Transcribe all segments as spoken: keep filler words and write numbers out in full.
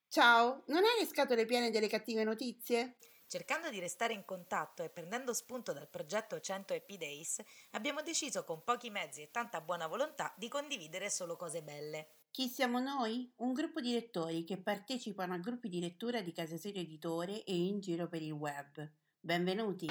Ciao, non hai le scatole piene delle cattive notizie? Cercando di restare in contatto e prendendo spunto dal progetto cento Happy Days, abbiamo deciso con pochi mezzi e tanta buona volontà di condividere solo cose belle. Chi siamo noi? Un gruppo di lettori che partecipano a gruppi di lettura di Casa Serio Editore e in giro per il web. Benvenuti!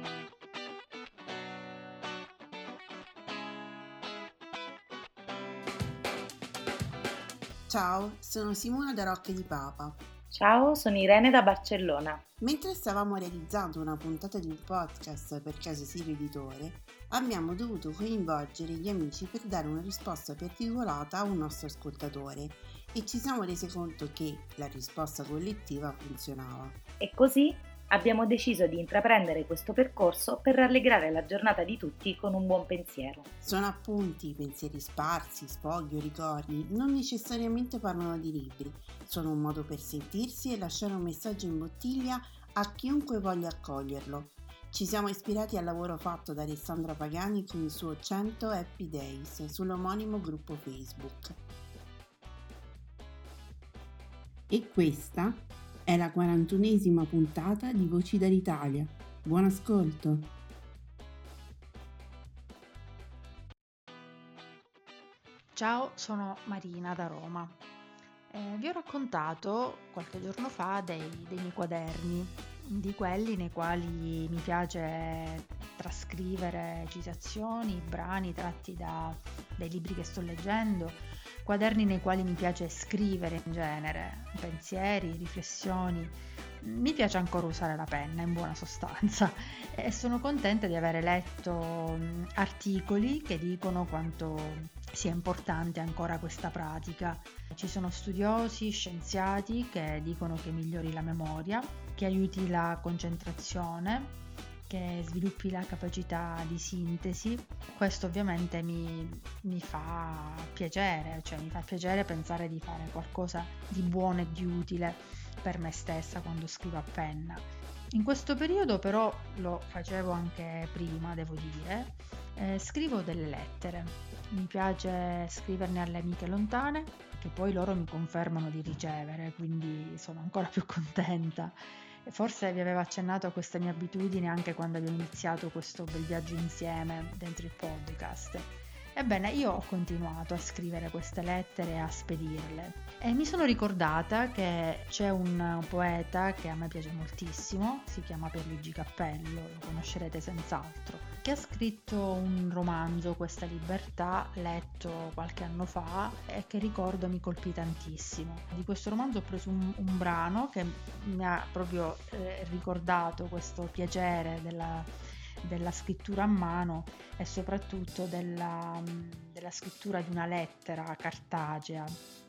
Ciao, sono Simona da Rocche di Papa. Ciao, sono Irene da Barcellona. Mentre stavamo realizzando una puntata di un podcast per Casa Serio Editore, abbiamo dovuto coinvolgere gli amici per dare una risposta più articolata a un nostro ascoltatore e ci siamo resi conto che la risposta collettiva funzionava. E così abbiamo deciso di intraprendere questo percorso per rallegrare la giornata di tutti con un buon pensiero. Sono appunti, pensieri sparsi, sfoghi o ricordi, non necessariamente parlano di libri, sono un modo per sentirsi e lasciare un messaggio in bottiglia a chiunque voglia accoglierlo. Ci siamo ispirati al lavoro fatto da Alessandra Pagani con il suo cento Happy Days sull'omonimo gruppo Facebook. E questa è la quarantunesima puntata di Voci dall'Italia. Buon ascolto! Ciao, sono Marina da Roma. Eh, vi ho raccontato qualche giorno fa dei, dei miei quaderni, di quelli nei quali mi piace trascrivere citazioni, brani tratti da, dai libri che sto leggendo, quaderni nei quali mi piace scrivere in genere, pensieri, riflessioni. Mi piace ancora usare la penna, in buona sostanza, e sono contenta di aver letto mh, articoli che dicono quanto sia importante ancora questa pratica. Ci sono studiosi, scienziati che dicono che migliori la memoria, che aiuti la concentrazione, che sviluppi la capacità di sintesi. Questo ovviamente mi, mi fa piacere, cioè mi fa piacere pensare di fare qualcosa di buono e di utile per me stessa quando scrivo a penna. In questo periodo però, lo facevo anche prima, devo dire, eh, scrivo delle lettere. Mi piace scriverne alle amiche lontane, che poi loro mi confermano di ricevere, quindi sono ancora più contenta. E forse vi avevo accennato a questa mia abitudine anche quando abbiamo iniziato questo bel viaggio insieme dentro il podcast. Ebbene, io ho continuato a scrivere queste lettere e a spedirle e mi sono ricordata che c'è un poeta che a me piace moltissimo, si chiama Pierluigi Cappello, lo conoscerete senz'altro, che ha scritto un romanzo, Questa libertà, letto qualche anno fa e che ricordo mi colpì tantissimo. Di questo romanzo ho preso un, un brano che mi ha proprio eh, ricordato questo piacere della della scrittura a mano e soprattutto della, della scrittura di una lettera cartacea.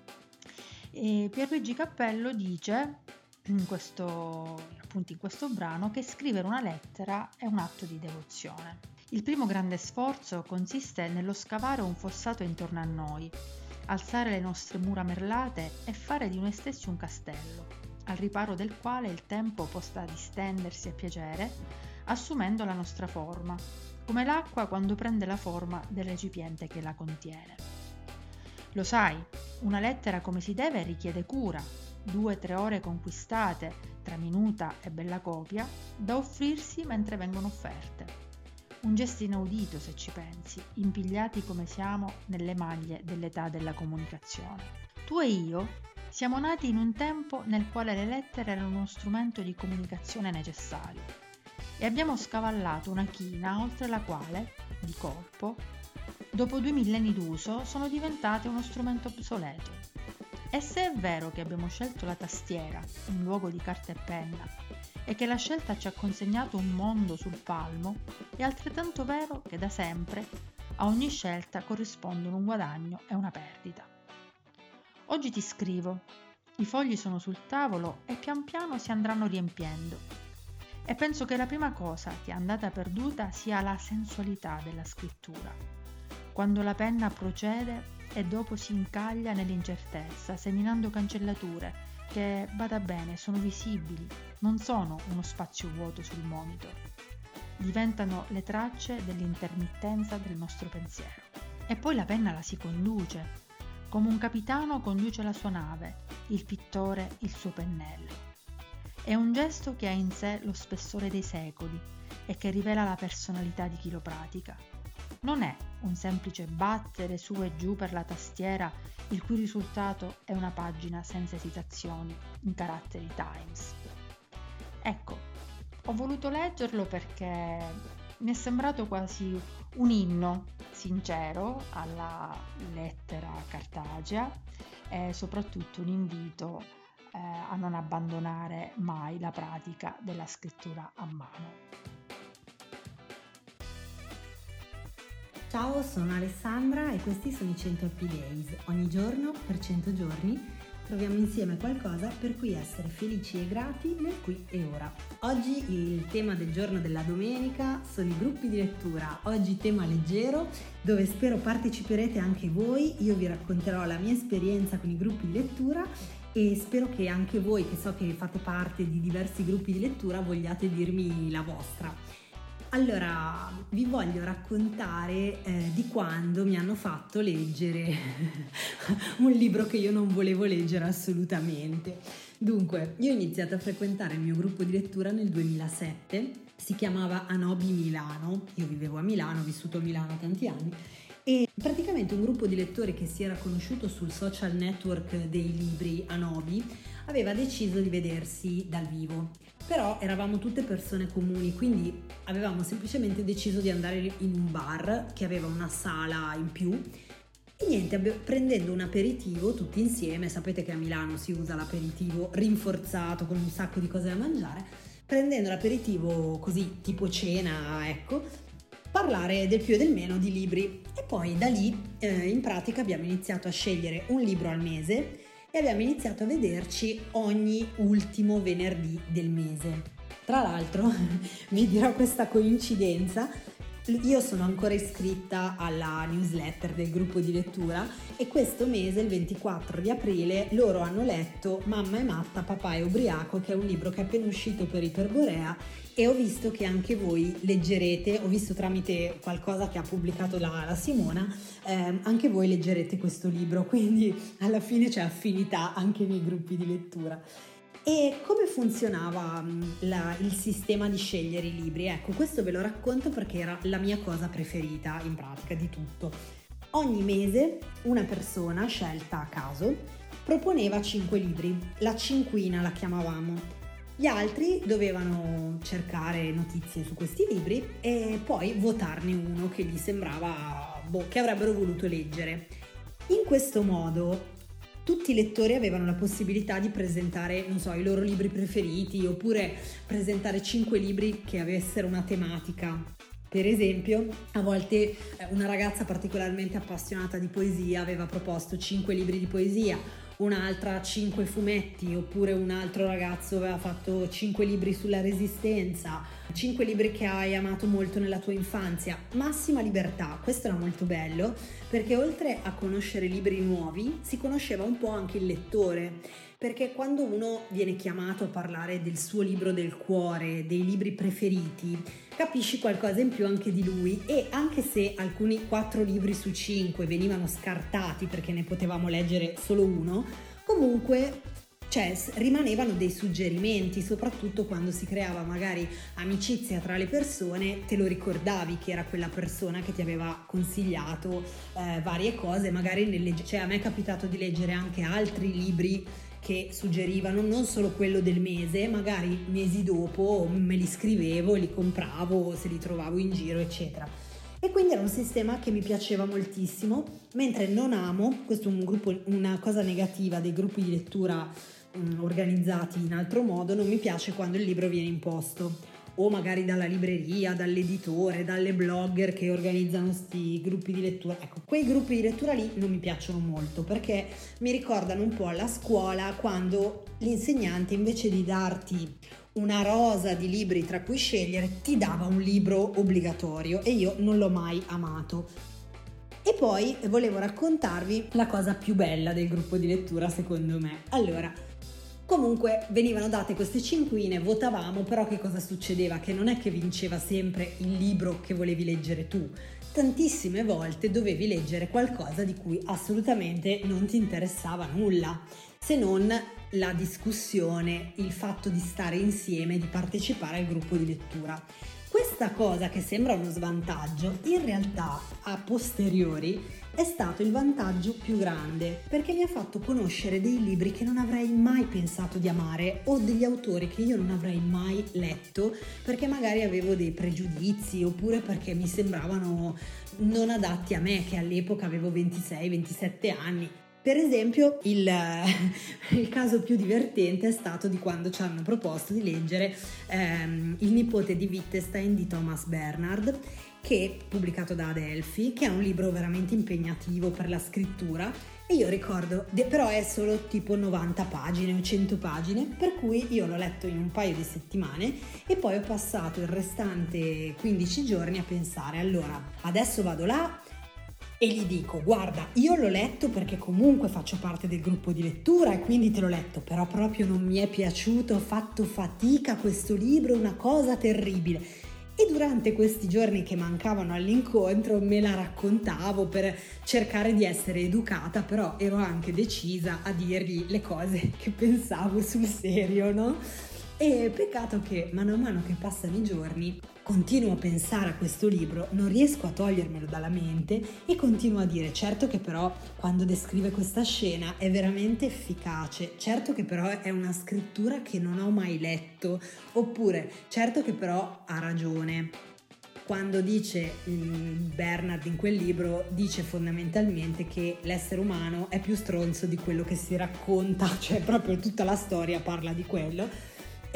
E Pierluigi Cappello dice in questo, appunto in questo brano che scrivere una lettera è un atto di devozione. Il primo grande sforzo consiste nello scavare un fossato intorno a noi, alzare le nostre mura merlate e fare di noi stessi un castello, al riparo del quale il tempo possa distendersi a piacere, assumendo la nostra forma, come l'acqua quando prende la forma del recipiente che la contiene. Lo sai, una lettera come si deve richiede cura, due o tre ore conquistate tra minuta e bella copia, da offrirsi mentre vengono offerte. Un gesto inaudito se ci pensi, impigliati come siamo nelle maglie dell'età della comunicazione. Tu e io siamo nati in un tempo nel quale le lettere erano uno strumento di comunicazione necessario e abbiamo scavallato una china oltre la quale, di colpo, dopo due millenni d'uso, sono diventate uno strumento obsoleto. E se è vero che abbiamo scelto la tastiera in luogo di carta e penna e che la scelta ci ha consegnato un mondo sul palmo, è altrettanto vero che da sempre a ogni scelta corrispondono un guadagno e una perdita. Oggi ti scrivo, i fogli sono sul tavolo e pian piano si andranno riempiendo. E penso che la prima cosa che è andata perduta sia la sensualità della scrittura, quando la penna procede e dopo si incaglia nell'incertezza, seminando cancellature che, bada bene, sono visibili, non sono uno spazio vuoto sul monitor. Diventano le tracce dell'intermittenza del nostro pensiero. E poi la penna la si conduce, come un capitano conduce la sua nave, il pittore il suo pennello. È un gesto che ha in sé lo spessore dei secoli e che rivela la personalità di chi lo pratica. Non è un semplice battere su e giù per la tastiera, il cui risultato è una pagina senza esitazioni in caratteri Times. Ecco, ho voluto leggerlo perché mi è sembrato quasi un inno sincero alla lettera cartagea e soprattutto un invito eh, a non abbandonare mai la pratica della scrittura a mano. Ciao, sono Alessandra e questi sono i cento Happy Days. Ogni giorno, per cento giorni, troviamo insieme qualcosa per cui essere felici e grati nel qui e ora. Oggi il tema del giorno della domenica sono i gruppi di lettura. Oggi tema leggero, dove spero parteciperete anche voi. Io vi racconterò la mia esperienza con i gruppi di lettura e spero che anche voi, che so che fate parte di diversi gruppi di lettura, vogliate dirmi la vostra. Allora, vi voglio raccontare eh, di quando mi hanno fatto leggere un libro che io non volevo leggere assolutamente. Dunque, io ho iniziato a frequentare il mio gruppo di lettura nel duemilasette, si chiamava Anobi Milano, io vivevo a Milano, ho vissuto a Milano tanti anni, e praticamente un gruppo di lettori che si era conosciuto sul social network dei libri Anobi aveva deciso di vedersi dal vivo. Però eravamo tutte persone comuni, quindi avevamo semplicemente deciso di andare in un bar che aveva una sala in più e niente, prendendo un aperitivo tutti insieme, sapete che a Milano si usa l'aperitivo rinforzato con un sacco di cose da mangiare, prendendo l'aperitivo così tipo cena, ecco, parlare del più e del meno di libri e poi da lì eh, in pratica abbiamo iniziato a scegliere un libro al mese e abbiamo iniziato a vederci ogni ultimo venerdì del mese. Tra l'altro, vi dirò questa coincidenza, io sono ancora iscritta alla newsletter del gruppo di lettura e questo mese, il ventiquattro di aprile, loro hanno letto Mamma è matta, papà è ubriaco, che è un libro che è appena uscito per Iperborea e ho visto che anche voi leggerete, ho visto tramite qualcosa che ha pubblicato la, la Simona, eh, anche voi leggerete questo libro, quindi alla fine c'è affinità anche nei gruppi di lettura. E come funzionava la, il sistema di scegliere i libri? Ecco, questo ve lo racconto perché era la mia cosa preferita in pratica di tutto. Ogni mese una persona scelta a caso proponeva cinque libri, la cinquina la chiamavamo. Gli altri dovevano cercare notizie su questi libri e poi votarne uno che gli sembrava, boh, che avrebbero voluto leggere. In questo modo tutti i lettori avevano la possibilità di presentare, non so, i loro libri preferiti oppure presentare cinque libri che avessero una tematica. Per esempio, a volte una ragazza particolarmente appassionata di poesia aveva proposto cinque libri di poesia, un'altra cinque fumetti, oppure un altro ragazzo aveva fatto cinque libri sulla resistenza, cinque libri che hai amato molto nella tua infanzia. Massima libertà, questo era molto bello perché oltre a conoscere libri nuovi si conosceva un po' anche il lettore, perché quando uno viene chiamato a parlare del suo libro del cuore, dei libri preferiti, capisci qualcosa in più anche di lui e anche se alcuni quattro libri su cinque venivano scartati perché ne potevamo leggere solo uno, comunque cioè, rimanevano dei suggerimenti, soprattutto quando si creava magari amicizia tra le persone, te lo ricordavi che era quella persona che ti aveva consigliato eh, varie cose, magari nel legge- cioè a me è capitato di leggere anche altri libri che suggerivano, non solo quello del mese, magari mesi dopo me li scrivevo, li compravo, se li trovavo in giro, eccetera. E quindi era un sistema che mi piaceva moltissimo, mentre non amo, questo è un gruppo, una cosa negativa dei gruppi di lettura um, organizzati in altro modo, non mi piace quando il libro viene imposto, o magari dalla libreria, dall'editore, dalle blogger che organizzano sti gruppi di lettura. Ecco, quei gruppi di lettura lì non mi piacciono molto perché mi ricordano un po' la scuola, quando l'insegnante invece di darti una rosa di libri tra cui scegliere ti dava un libro obbligatorio e io non l'ho mai amato. E poi volevo raccontarvi la cosa più bella del gruppo di lettura secondo me. Allora, comunque venivano date queste cinquine, votavamo, però che cosa succedeva? Che non è che vinceva sempre il libro che volevi leggere tu, tantissime volte dovevi leggere qualcosa di cui assolutamente non ti interessava nulla, se non la discussione, il fatto di stare insieme, di partecipare al gruppo di lettura. Questa cosa che sembra uno svantaggio, in realtà a posteriori è stato il vantaggio più grande, perché mi ha fatto conoscere dei libri che non avrei mai pensato di amare o degli autori che io non avrei mai letto perché magari avevo dei pregiudizi oppure perché mi sembravano non adatti a me, che all'epoca avevo ventisei ventisette anni. Per esempio, il, il caso più divertente è stato di quando ci hanno proposto di leggere ehm, Il nipote di Wittgenstein di Thomas Bernhard, che è pubblicato da Adelphi, che è un libro veramente impegnativo per la scrittura, e io ricordo, però è solo tipo novanta pagine o cento pagine, per cui io l'ho letto in un paio di settimane e poi ho passato il restante quindici giorni a pensare, allora adesso vado là e gli dico, guarda, io l'ho letto perché comunque faccio parte del gruppo di lettura e quindi te l'ho letto, però proprio non mi è piaciuto, ho fatto fatica, questo libro è una cosa terribile. E durante questi giorni che mancavano all'incontro me la raccontavo per cercare di essere educata, però ero anche decisa a dirgli le cose che pensavo sul serio, no? E peccato che mano a mano che passano i giorni continuo a pensare a questo libro, non riesco a togliermelo dalla mente e continuo a dire, certo che però quando descrive questa scena è veramente efficace, certo che però è una scrittura che non ho mai letto, oppure certo che però ha ragione. Quando dice Bernhard in quel libro, dice fondamentalmente che l'essere umano è più stronzo di quello che si racconta, cioè proprio tutta la storia parla di quello.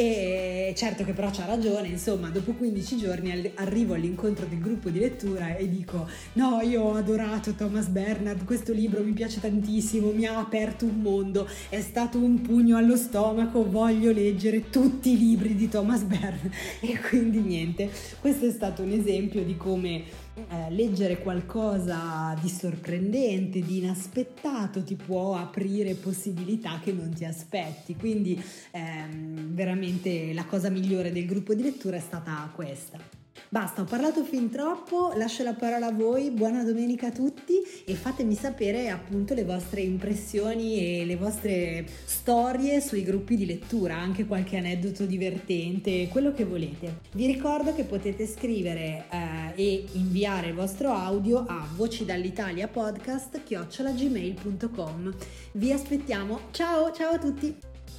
E certo che però c'ha ragione, insomma, dopo quindici giorni arrivo all'incontro del gruppo di lettura e dico, no, io ho adorato Thomas Bernhard, questo libro mi piace tantissimo, mi ha aperto un mondo, è stato un pugno allo stomaco, voglio leggere tutti i libri di Thomas Bernhard. E quindi niente, questo è stato un esempio di come Eh, leggere qualcosa di sorprendente, di inaspettato ti può aprire possibilità che non ti aspetti, quindi ehm, veramente la cosa migliore del gruppo di lettura è stata questa. Basta, ho parlato fin troppo, lascio la parola a voi, buona domenica a tutti e fatemi sapere appunto le vostre impressioni e le vostre storie sui gruppi di lettura, anche qualche aneddoto divertente, quello che volete. Vi ricordo che potete scrivere eh, e inviare il vostro audio a voci dall'Italia podcast chiocciola gmail punto com. Vi aspettiamo, ciao, ciao a tutti!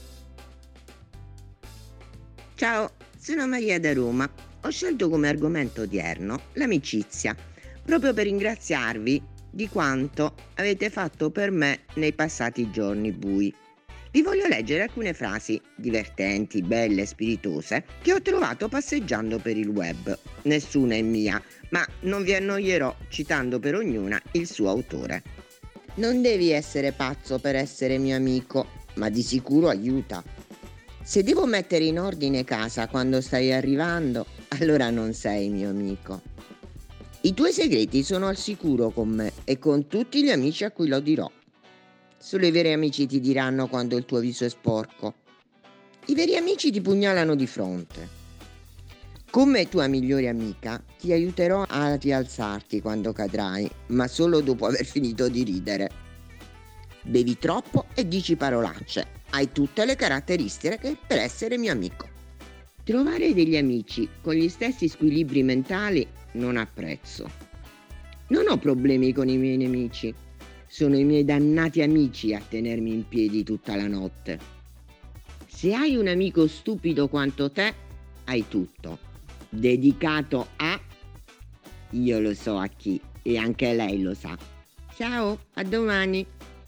Ciao, sono Maria da Roma. Ho scelto come argomento odierno l'amicizia, proprio per ringraziarvi di quanto avete fatto per me nei passati giorni bui. Vi voglio leggere alcune frasi divertenti, belle, spiritose che ho trovato passeggiando per il web. Nessuna è mia, ma non vi annoierò citando per ognuna il suo autore. Non devi essere pazzo per essere mio amico, ma di sicuro aiuta. Se devo mettere in ordine casa quando stai arrivando, allora non sei mio amico. I tuoi segreti sono al sicuro con me e con tutti gli amici a cui lo dirò. Solo i veri amici ti diranno quando il tuo viso è sporco. I veri amici ti pugnalano di fronte. Come tua migliore amica, ti aiuterò a rialzarti quando cadrai, ma solo dopo aver finito di ridere. Bevi troppo e dici parolacce. Hai tutte le caratteristiche per essere mio amico. Trovare degli amici con gli stessi squilibri mentali non ha prezzo. Non ho problemi con i miei nemici. Sono i miei dannati amici a tenermi in piedi tutta la notte. Se hai un amico stupido quanto te, hai tutto. Dedicato a... Io lo so a chi e anche lei lo sa. Ciao, a domani.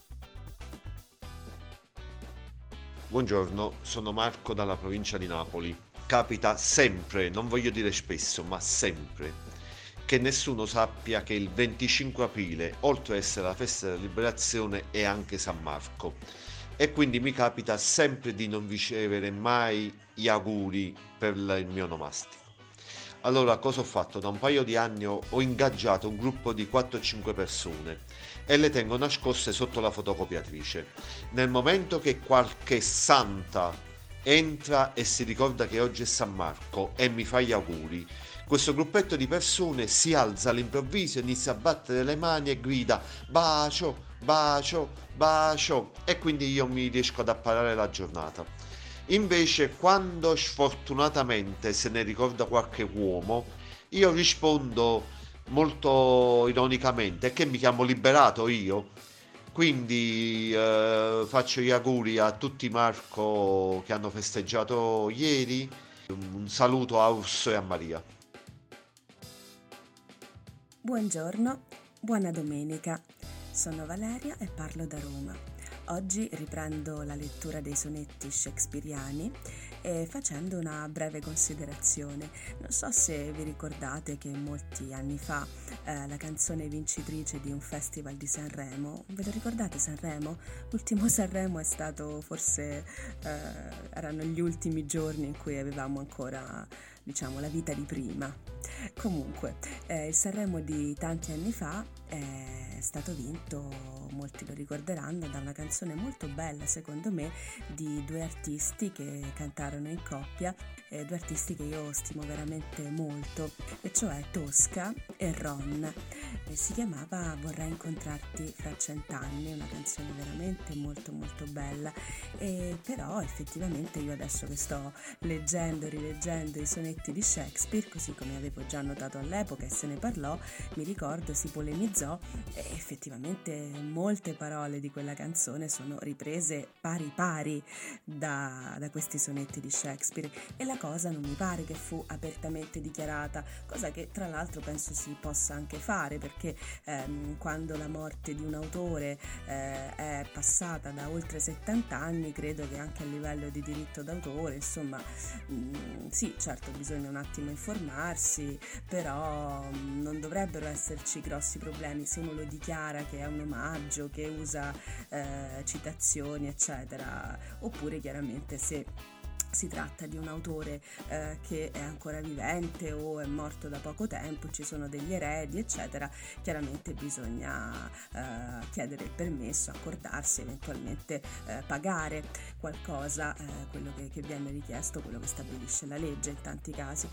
Buongiorno, sono Marco dalla provincia di Napoli. Capita sempre, non voglio dire spesso, ma sempre, che nessuno sappia che il venticinque aprile, oltre ad essere la festa della liberazione, è anche San Marco. E quindi mi capita sempre di non ricevere mai gli auguri per il mio onomastico. Allora, cosa ho fatto? Da un paio di anni ho, ho ingaggiato un gruppo di quattro o cinque persone e le tengo nascoste sotto la fotocopiatrice. Nel momento che qualche santa entra e si ricorda che oggi è San Marco e mi fa gli auguri, questo gruppetto di persone si alza all'improvviso, inizia a battere le mani e grida bacio, bacio, bacio, e quindi io mi riesco ad apparare la giornata. Invece quando sfortunatamente se ne ricorda qualche uomo, io rispondo molto ironicamente che mi chiamo Liberato io, quindi eh, faccio gli auguri a tutti Marco che hanno festeggiato ieri, un saluto a Urso e a Maria. Buongiorno, buona domenica, sono Valeria e parlo da Roma. Oggi riprendo la lettura dei sonetti shakespeariani e facendo una breve considerazione. Non so se vi ricordate che molti anni fa eh, la canzone vincitrice di un festival di Sanremo, ve lo ricordate Sanremo? L'ultimo Sanremo è stato forse, eh, erano gli ultimi giorni in cui avevamo ancora, diciamo, la vita di prima. Comunque, eh, il Sanremo di tanti anni fa è stato vinto, molti lo ricorderanno, da una canzone molto bella secondo me di due artisti che cantarono in coppia, eh, due artisti che io stimo veramente molto, e cioè Tosca e Ron. E si chiamava Vorrei incontrarti fra cent'anni, una canzone veramente molto molto bella. E però effettivamente io adesso che sto leggendo, rileggendo i sonetti di Shakespeare, così come avevo già notato all'epoca e se ne parlò, mi ricordo si polemizzò e effettivamente molte parole di quella canzone sono riprese pari pari da, da questi sonetti di Shakespeare, e la cosa non mi pare che fu apertamente dichiarata, cosa che tra l'altro penso si possa anche fare, perché ehm, quando la morte di un autore eh, è passata da oltre settanta anni, credo che anche a livello di diritto d'autore, insomma, mh, sì, certo bisogna un attimo informarsi, però mh, non dovrebbero esserci grossi problemi se uno lo dichiara che è un omaggio, che usa eh, citazioni eccetera, oppure chiaramente se si tratta di un autore eh, che è ancora vivente o è morto da poco tempo, ci sono degli eredi eccetera, chiaramente bisogna eh, chiedere il permesso, accordarsi, eventualmente eh, pagare qualcosa, eh, quello che, che viene richiesto, quello che stabilisce la legge in tanti casi.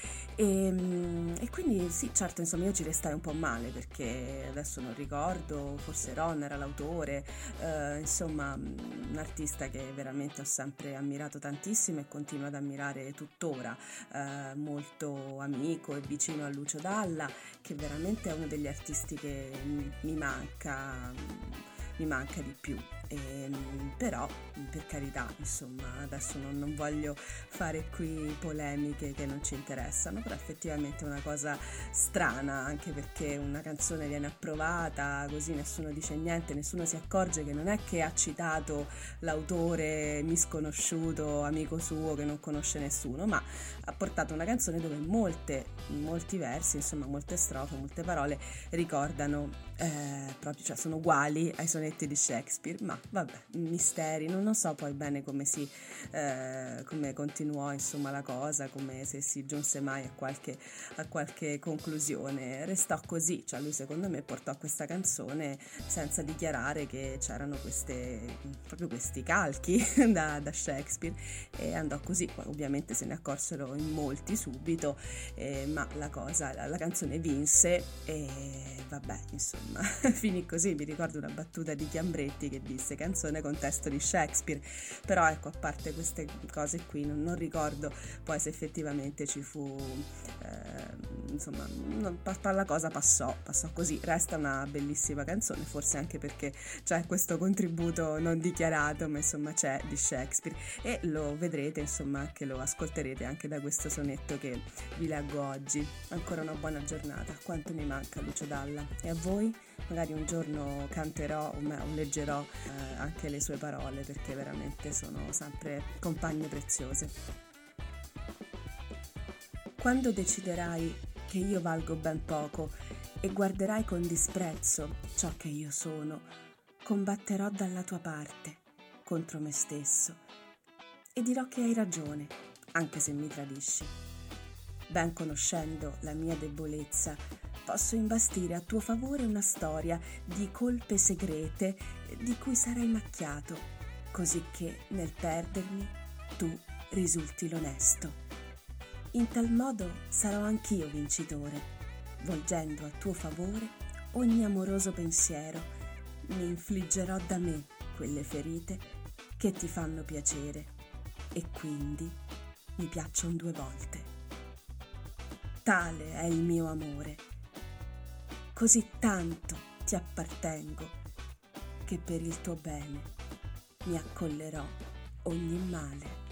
E, e quindi sì, certo, insomma io ci restai un po' male perché adesso non ricordo, forse Ron era l'autore, eh, insomma un artista che veramente ho sempre ammirato tantissimo e continuo ad ammirare tuttora, eh, molto amico e vicino a Lucio Dalla, che veramente è uno degli artisti che mi manca, mi manca di più. E, però per carità, insomma adesso non, non voglio fare qui polemiche che non ci interessano, però effettivamente è una cosa strana, anche perché una canzone viene approvata così, nessuno dice niente, nessuno si accorge che non è che ha citato l'autore misconosciuto, amico suo che non conosce nessuno, ma ha portato una canzone dove molte, molti versi, insomma molte strofe, molte parole ricordano eh, proprio, cioè sono uguali ai sonetti di Shakespeare, ma vabbè, misteri, non, non so poi bene come si eh, come continuò insomma la cosa, come se si giunse mai a qualche, a qualche conclusione. Restò così, cioè lui secondo me portò questa canzone senza dichiarare che c'erano queste proprio questi calchi da, da Shakespeare, e andò così. Poi ovviamente se ne accorsero in molti subito, eh, ma la cosa, la, la canzone vinse e vabbè, insomma finì così. Mi ricordo una battuta di Chiambretti che disse canzone con testo di Shakespeare, però ecco, a parte queste cose qui non, non ricordo poi se effettivamente ci fu eh, insomma non, la cosa passò passò così. Resta una bellissima canzone, forse anche perché c'è questo contributo non dichiarato, ma insomma c'è, di Shakespeare, e lo vedrete, insomma, che lo ascolterete anche da questo sonetto che vi leggo oggi. Ancora una buona giornata, quanto mi manca Lucio Dalla, e a voi? Magari un giorno canterò o, me, o leggerò eh, anche le sue parole, perché veramente sono sempre compagne preziose. Quando deciderai che io valgo ben poco e guarderai con disprezzo ciò che io sono, combatterò dalla tua parte contro me stesso e dirò che hai ragione, anche se mi tradisci. Ben conoscendo la mia debolezza, posso imbastire a tuo favore una storia di colpe segrete di cui sarai macchiato, così che nel perdermi tu risulti l'onesto. In tal modo sarò anch'io vincitore, volgendo a tuo favore ogni amoroso pensiero, mi infliggerò da me quelle ferite che ti fanno piacere e quindi mi piacciono due volte. Tale è il mio amore, così tanto ti appartengo che per il tuo bene mi accollerò ogni male.